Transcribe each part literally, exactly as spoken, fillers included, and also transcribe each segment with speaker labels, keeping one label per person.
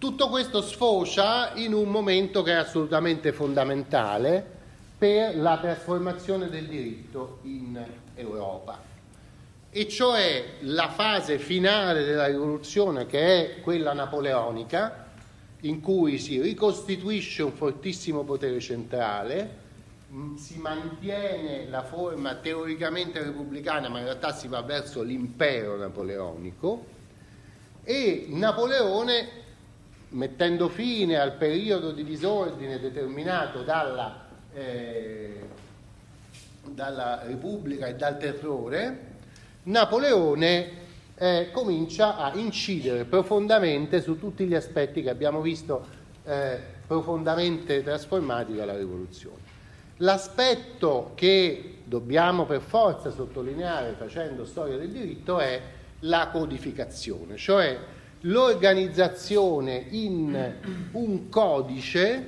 Speaker 1: Tutto questo sfocia in un momento che è assolutamente fondamentale per la trasformazione del diritto in Europa, e cioè la fase finale della rivoluzione, che è quella napoleonica, in cui si ricostituisce un fortissimo potere centrale, si mantiene la forma teoricamente repubblicana, ma in realtà si va verso l'impero napoleonico, e Napoleone, mettendo fine al periodo di disordine determinato dalla, eh, dalla Repubblica e dal terrore, Napoleone eh, comincia a incidere profondamente su tutti gli aspetti che abbiamo visto eh, profondamente trasformati dalla rivoluzione. L'aspetto che dobbiamo per forza sottolineare facendo storia del diritto è la codificazione, cioè l'organizzazione in un codice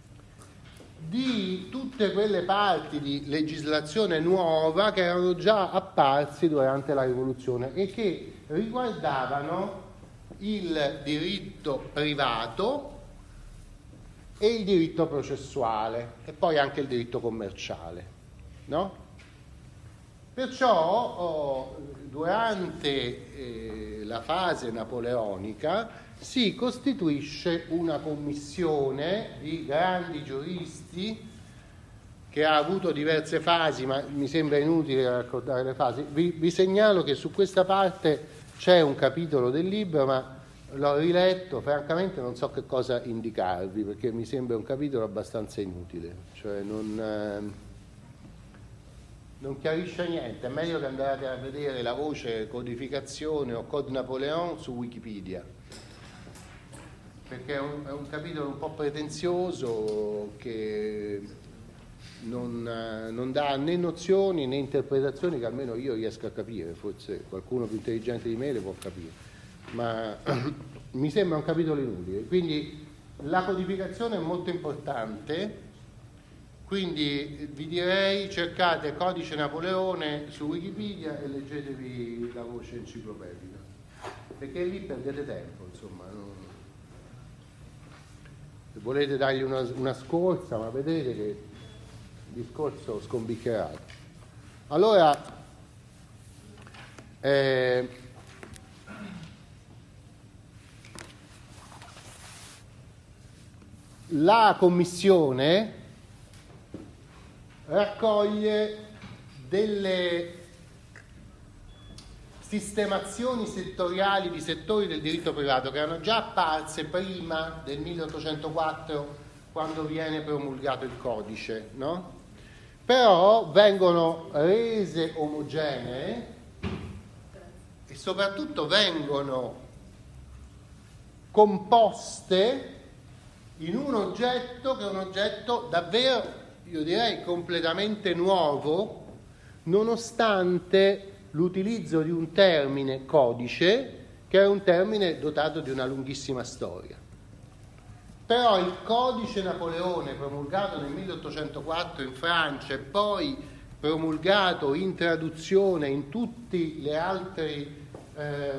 Speaker 1: di tutte quelle parti di legislazione nuova che erano già apparsi durante la rivoluzione e che riguardavano il diritto privato e il diritto processuale e poi anche il diritto commerciale, no? Perciò oh, durante eh, la fase napoleonica si costituisce una commissione di grandi giuristi che ha avuto diverse fasi, ma mi sembra inutile raccontare le fasi. Vi, vi segnalo che su questa parte c'è un capitolo del libro, ma l'ho riletto, francamente non so che cosa indicarvi, perché mi sembra un capitolo abbastanza inutile, cioè non, eh, non chiarisce niente. È meglio che andate a vedere la voce codificazione o Code Napoleon su Wikipedia, perché è un, è un capitolo un po' pretenzioso che non, non dà né nozioni né interpretazioni che almeno io riesco a capire, forse qualcuno più intelligente di me le può capire, ma mi sembra un capitolo inutile. Quindi la codificazione è molto importante, quindi vi direi cercate Codice Napoleone su Wikipedia e leggetevi la voce enciclopedica, perché lì perdete tempo, insomma. Non... se volete dargli una, una scorsa, ma vedete che il discorso scombiccherato. Allora eh, la commissione raccoglie delle sistemazioni settoriali di settori del diritto privato che erano già apparse prima del milleottocentoquattro, quando viene promulgato il codice, no? Però vengono rese omogenee e soprattutto vengono composte in un oggetto che è un oggetto davvero, io direi, completamente nuovo, nonostante l'utilizzo di un termine codice che è un termine dotato di una lunghissima storia. Però il codice Napoleone, promulgato nel milleottocentoquattro in Francia e poi promulgato in traduzione in tutti gli altri eh,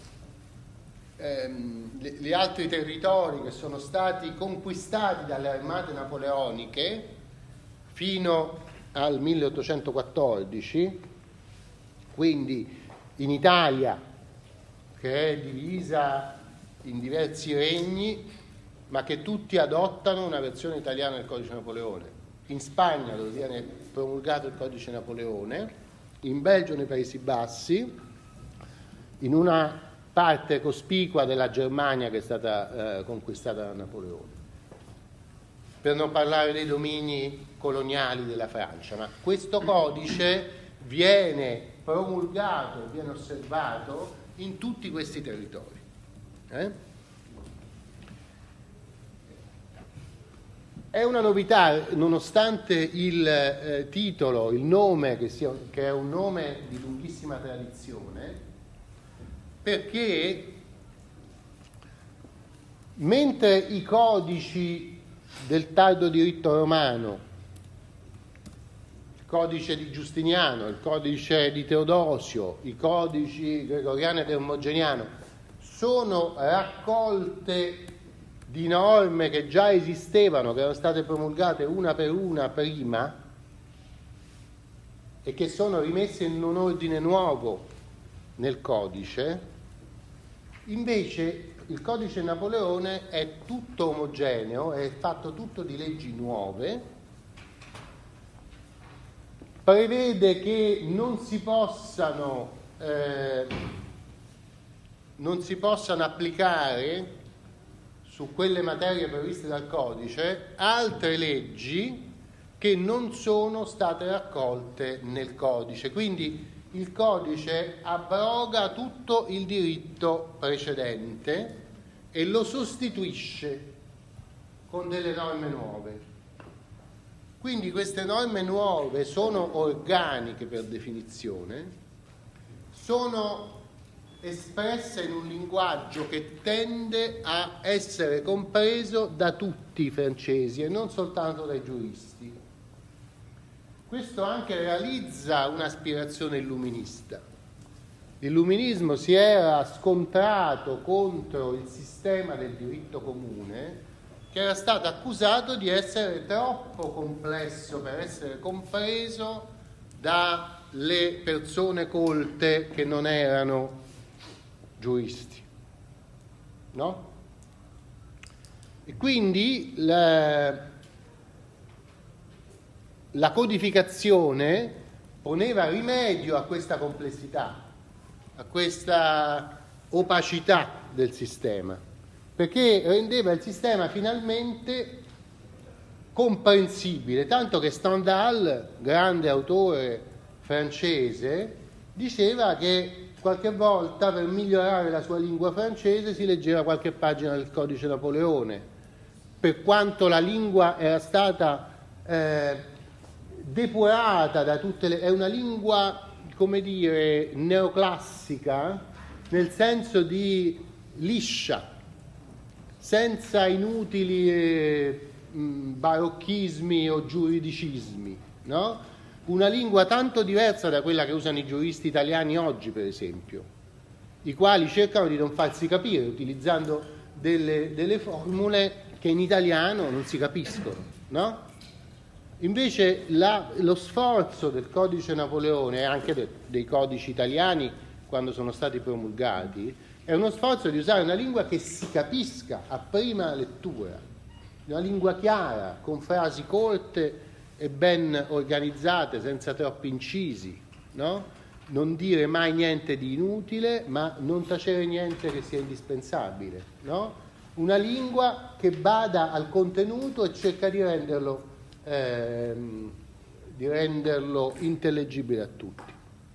Speaker 1: ehm, gli altri territori che sono stati conquistati dalle armate napoleoniche fino al milleottocentoquattordici, quindi in Italia, che è divisa in diversi regni, ma che tutti adottano una versione italiana del codice Napoleone, in Spagna dove viene promulgato il codice Napoleone, in Belgio e nei Paesi Bassi, in una parte cospicua della Germania che è stata eh, conquistata da Napoleone, per non parlare dei domini coloniali della Francia. Ma questo codice viene promulgato, viene osservato in tutti questi territori. Eh? È una novità, nonostante il eh, titolo, il nome, che, sia, che è un nome di lunghissima tradizione, perché mentre i codici del tardo diritto romano, il codice di Giustiniano, il codice di Teodosio, i codici gregoriano ed ermogeniano sono raccolte di norme che già esistevano, che erano state promulgate una per una prima e che sono rimesse in un ordine nuovo nel codice. Invece il codice Napoleone è tutto omogeneo, è fatto tutto di leggi nuove, prevede che non si possano eh, non si possano applicare su quelle materie previste dal codice altre leggi che non sono state raccolte nel codice. Quindi il codice abroga tutto il diritto precedente e lo sostituisce con delle norme nuove. Quindi queste norme nuove sono organiche per definizione, sono espresse in un linguaggio che tende a essere compreso da tutti i francesi e non soltanto dai giuristi. Questo anche realizza un'aspirazione illuminista. L'illuminismo si era scontrato contro il sistema del diritto comune, che era stato accusato di essere troppo complesso per essere compreso dalle persone colte che non erano giuristi, no? E quindi la, la codificazione poneva rimedio a questa complessità, a questa opacità del sistema, perché rendeva il sistema finalmente comprensibile, tanto che Stendhal, grande autore francese, diceva che qualche volta per migliorare la sua lingua francese si leggeva qualche pagina del codice Napoleone, per quanto la lingua era stata eh, depurata da tutte le... è una lingua, come dire, neoclassica, nel senso di liscia, senza inutili eh, barocchismi o giuridicismi, no? Una lingua tanto diversa da quella che usano i giuristi italiani oggi, per esempio, i quali cercano di non farsi capire utilizzando delle, delle formule che in italiano non si capiscono, no? Invece la, lo sforzo del codice Napoleone e anche de, dei codici italiani quando sono stati promulgati è uno sforzo di usare una lingua che si capisca a prima lettura, una lingua chiara, con frasi corte e ben organizzate, senza troppi incisi, no? Non dire mai niente di inutile, ma non tacere niente che sia indispensabile, no? Una lingua che bada al contenuto e cerca di renderlo, ehm, di renderlo intellegibile a tutti.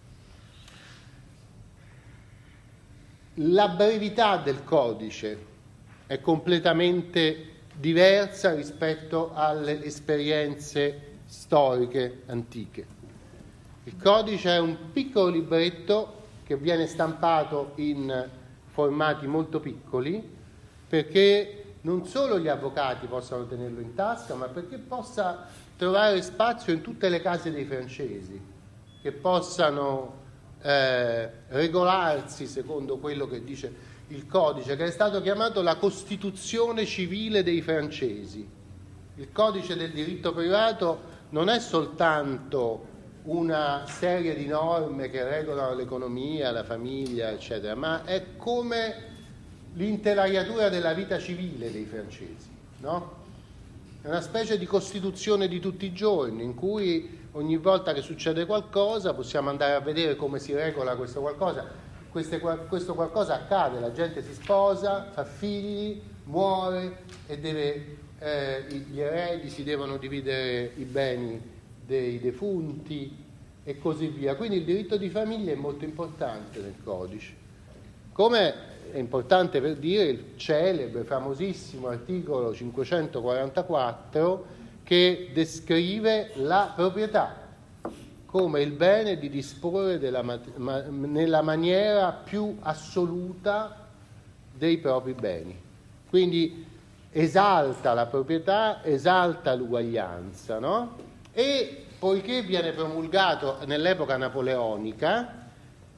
Speaker 1: La brevità del codice è completamente diversa rispetto alle esperienze storiche antiche. Il codice è un piccolo libretto che viene stampato in formati molto piccoli perché non solo gli avvocati possano tenerlo in tasca, ma perché possa trovare spazio in tutte le case dei francesi, che possano eh, regolarsi secondo quello che dice il codice, che è stato chiamato la Costituzione civile dei francesi. Il codice del diritto privato non è soltanto una serie di norme che regolano l'economia, la famiglia, eccetera, ma è come l'intelaiatura della vita civile dei francesi, no? È una specie di costituzione di tutti i giorni in cui ogni volta che succede qualcosa possiamo andare a vedere come si regola questo qualcosa. Queste, questo qualcosa accade, la gente si sposa, fa figli, muore e deve, eh, gli eredi si devono dividere i beni dei defunti e così via. Quindi il diritto di famiglia è molto importante nel codice. Come è importante per dire il celebre, famosissimo articolo cinquecentoquarantaquattro che descrive la proprietà come il bene di disporre della, ma, nella maniera più assoluta dei propri beni. Quindi esalta la proprietà, esalta l'uguaglianza, no? E poiché viene promulgato nell'epoca napoleonica,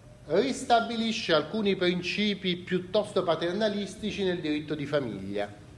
Speaker 1: ristabilisce alcuni principi piuttosto paternalistici nel diritto di famiglia.